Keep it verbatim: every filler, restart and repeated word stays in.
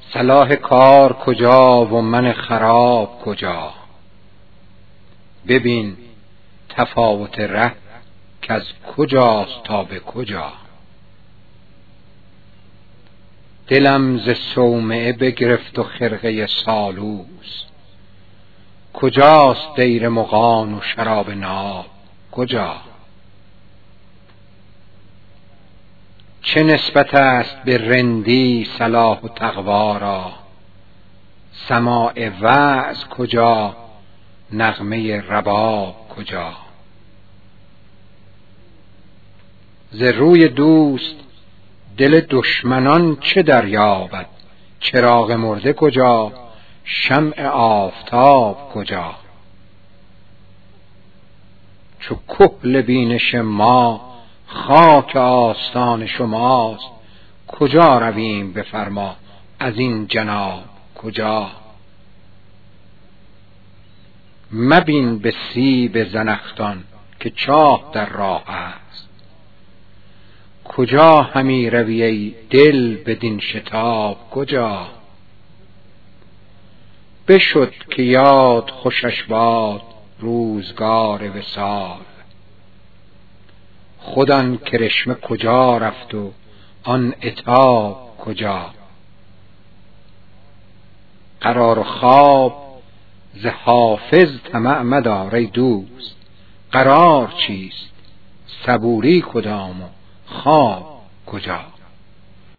صلاح کار کجا و من خراب کجا؟ ببین تفاوت ره که از کجاست تا به کجا. دلم ز صومعه بگرفت و خرقه سالوس، کجاست دیر مغان و شراب ناب کجا؟ چه نسبت است به رندی صلاح و تقوا را، سماع وعظ کجا نغمه رباب کجا؟ ز روی دوست دل دشمنان چه دریابد، چراغ مرده کجا شمع آفتاب کجا؟ چو کحل بینش ما خاک آستان شماست، کجا رویم بفرما از این جناب کجا؟ مبین به سیب زنخدان که چاه در راه است، کجا همی روی ای دل بدین شتاب کجا؟ بشد که یاد خوشش باد روزگار وصال، خود آن کرشمه کجا رفت و آن عتاب کجا؟ قرار و خواب ز حافظ طمع مدار ای دوست، قرار چیست صبوری کدام و خواب کجا؟